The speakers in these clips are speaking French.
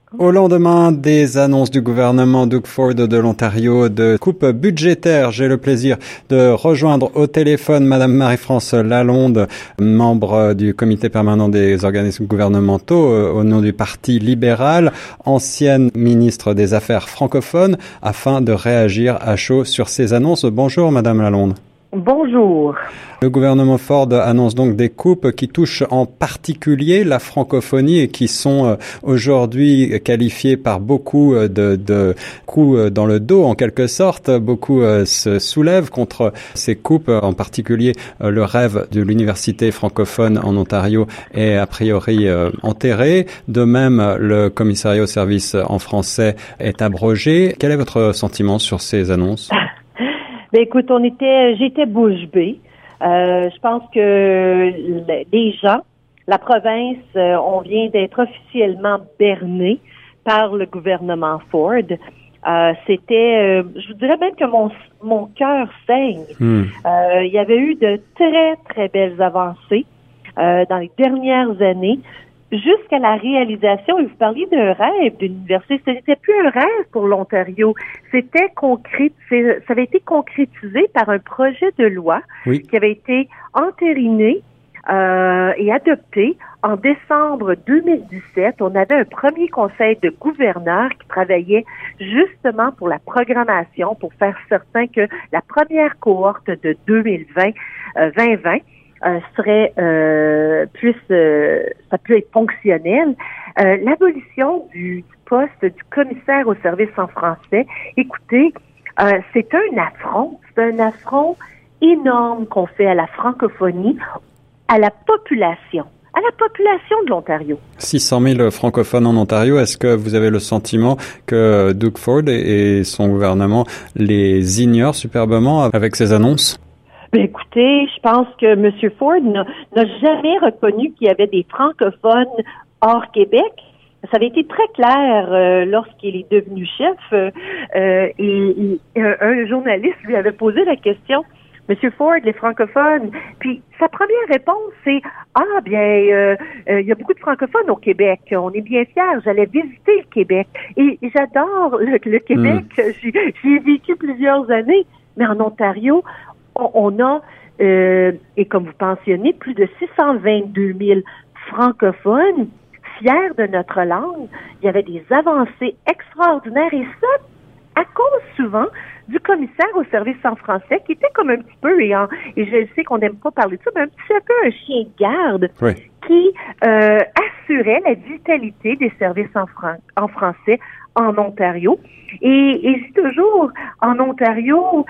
Au lendemain des annonces du gouvernement Doug Ford de l'Ontario de coupe budgétaire, j'ai le plaisir de rejoindre au téléphone Madame Marie-France Lalonde, membre du comité permanent des organismes gouvernementaux au nom du Parti libéral, ancienne ministre des Affaires francophones, afin de réagir à chaud sur ces annonces. Bonjour Madame Lalonde. Bonjour. Le gouvernement Ford annonce donc des coupes qui touchent en particulier la francophonie et qui sont aujourd'hui qualifiées par beaucoup de coups dans le dos en quelque sorte. Beaucoup se soulèvent contre ces coupes, en particulier le rêve de l'université francophone en Ontario est a priori enterré. De même, le commissariat au service en français est abrogé. Quel est votre sentiment sur ces annonces? Ben écoute, j'étais bouche bée. Je pense que les gens, la province, on vient d'être officiellement berné par le gouvernement Ford. Je vous dirais même que mon cœur saigne. Il y avait eu de très, très belles avancées dans les dernières années. Jusqu'à la réalisation, et vous parliez d'un rêve d'une université, ce n'était plus un rêve pour l'Ontario, ça avait été concrétisé par un projet de loi qui avait été entériné et adopté en décembre 2017. On avait un premier conseil de gouverneurs qui travaillait justement pour la programmation, pour faire certain que la première cohorte de 2020 ça peut être fonctionnel. L'abolition du poste du commissaire au service en français, écoutez, c'est un affront énorme qu'on fait à la francophonie, à la population de l'Ontario. 600 000 francophones en Ontario, est-ce que vous avez le sentiment que Doug Ford et son gouvernement les ignorent superbement avec ces annonces? Ben écoutez, je pense que M. Ford n'a jamais reconnu qu'il y avait des francophones hors Québec. Ça avait été très clair lorsqu'il est devenu chef. Et un journaliste lui avait posé la question, M. Ford, les francophones. Puis sa première réponse, c'est il y a beaucoup de francophones au Québec. On est bien fiers. J'allais visiter le Québec et j'adore le Québec. J'y ai vécu plusieurs années, mais en Ontario, on a, et comme vous pensionnez, plus de 622 000 francophones fiers de notre langue. Il y avait des avancées extraordinaires et ça, à cause souvent du commissaire au service en français qui était comme un petit peu, et je sais qu'on n'aime pas parler de ça, mais un petit peu un chien de garde qui assurait la vitalité des services en français en Ontario. Et c'est toujours en Ontario,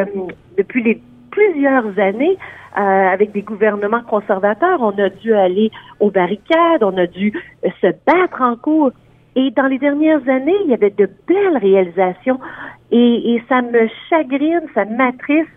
depuis plusieurs années, avec des gouvernements conservateurs, on a dû aller aux barricades, on a dû se battre en cours. Et dans les dernières années, il y avait de belles réalisations et ça me chagrine, ça m'attriste.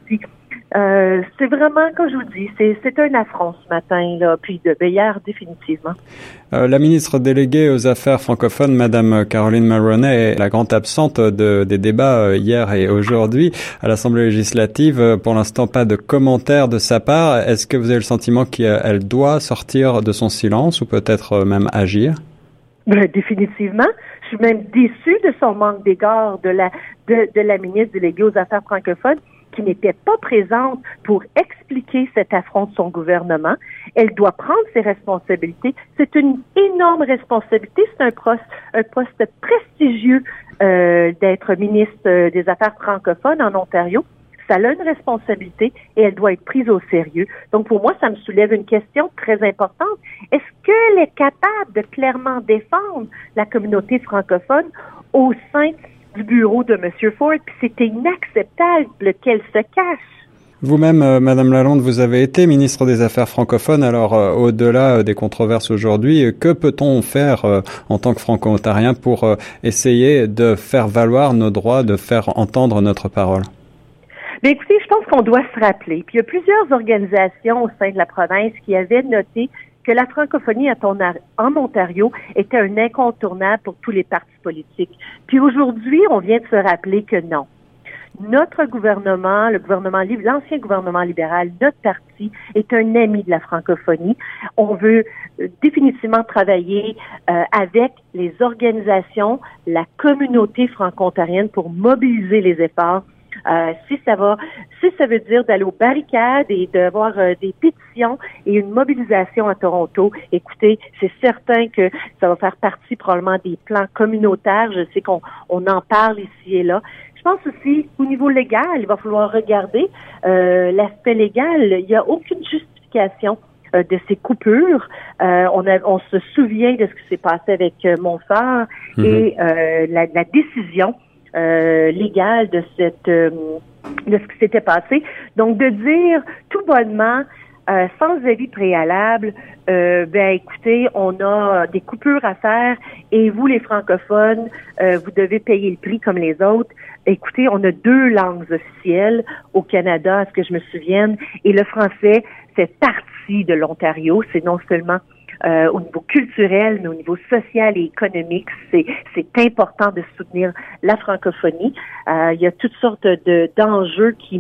C'est vraiment, comme je vous dis, c'est un affront ce matin, là, puis hier, définitivement. La ministre déléguée aux Affaires francophones, Madame Caroline Mulroney, est la grande absente des débats hier et aujourd'hui à l'Assemblée législative. Pour l'instant, pas de commentaires de sa part. Est-ce que vous avez le sentiment qu'elle doit sortir de son silence ou peut-être même agir? Définitivement. Je suis même déçue de son manque d'égard de la ministre déléguée aux Affaires francophones, qui n'était pas présente pour expliquer cet affront de son gouvernement. Elle doit prendre ses responsabilités. C'est une énorme responsabilité. C'est un poste prestigieux d'être ministre des Affaires francophones en Ontario. Ça a une responsabilité et elle doit être prise au sérieux. Donc, pour moi, ça me soulève une question très importante. Est-ce qu'elle est capable de clairement défendre la communauté francophone au sein du bureau de M. Ford? Puis c'était inacceptable qu'elle se cache. Vous-même, Madame Lalonde, vous avez été ministre des Affaires francophones. Alors, au-delà des controverses aujourd'hui, que peut-on faire en tant que franco-ontarien pour essayer de faire valoir nos droits, de faire entendre notre parole? Bien, écoutez, je pense qu'on doit se rappeler. Puis il y a plusieurs organisations au sein de la province qui avaient noté que la francophonie en Ontario était un incontournable pour tous les partis politiques. Puis aujourd'hui, on vient de se rappeler que non. Notre gouvernement, l'ancien gouvernement libéral, notre parti, est un ami de la francophonie. On veut définitivement travailler avec les organisations, la communauté franco-ontarienne pour mobiliser les efforts. Si ça veut dire d'aller aux barricades et d'avoir des pétitions et une mobilisation à Toronto, écoutez, c'est certain que ça va faire partie probablement des plans communautaires. Je sais qu'on en parle ici et là. Je pense aussi, au niveau légal, il va falloir regarder l'aspect légal. Il n'y a aucune justification de ces coupures. On se souvient de ce qui s'est passé avec Montfort et la décision légale de ce qui s'était passé. Donc, de dire tout bonnement, sans avis préalable, écoutez, on a des coupures à faire et vous, les francophones, vous devez payer le prix comme les autres. Écoutez, on a 2 langues officielles au Canada, à ce que je me souvienne, et le français fait partie de l'Ontario. C'est non seulement au niveau culturel, mais au niveau social et économique, c'est important de soutenir la francophonie. Il y a toutes sortes d'enjeux qui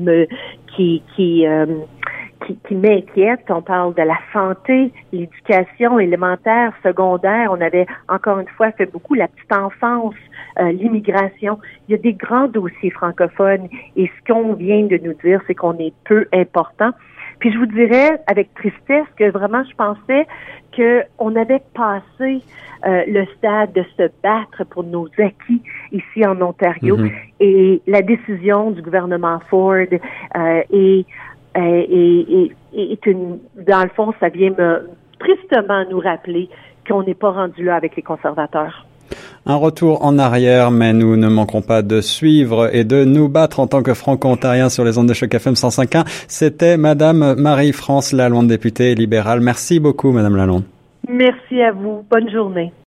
m'inquiètent. On parle de la santé, l'éducation élémentaire, secondaire. On avait encore une fois fait beaucoup la petite enfance, l'immigration. Il y a des grands dossiers francophones et ce qu'on vient de nous dire, c'est qu'on est peu important. Puis je vous dirais avec tristesse que vraiment je pensais qu'on avait passé le stade de se battre pour nos acquis ici en Ontario et la décision du gouvernement Ford est une, dans le fond, ça vient tristement nous rappeler qu'on n'est pas rendu là avec les conservateurs. Un retour en arrière, mais nous ne manquerons pas de suivre et de nous battre en tant que franco-ontariens sur les ondes de Choc FM 105.1. C'était Madame Marie-France Lalonde, députée libérale. Merci beaucoup, Madame Lalonde. Merci à vous. Bonne journée.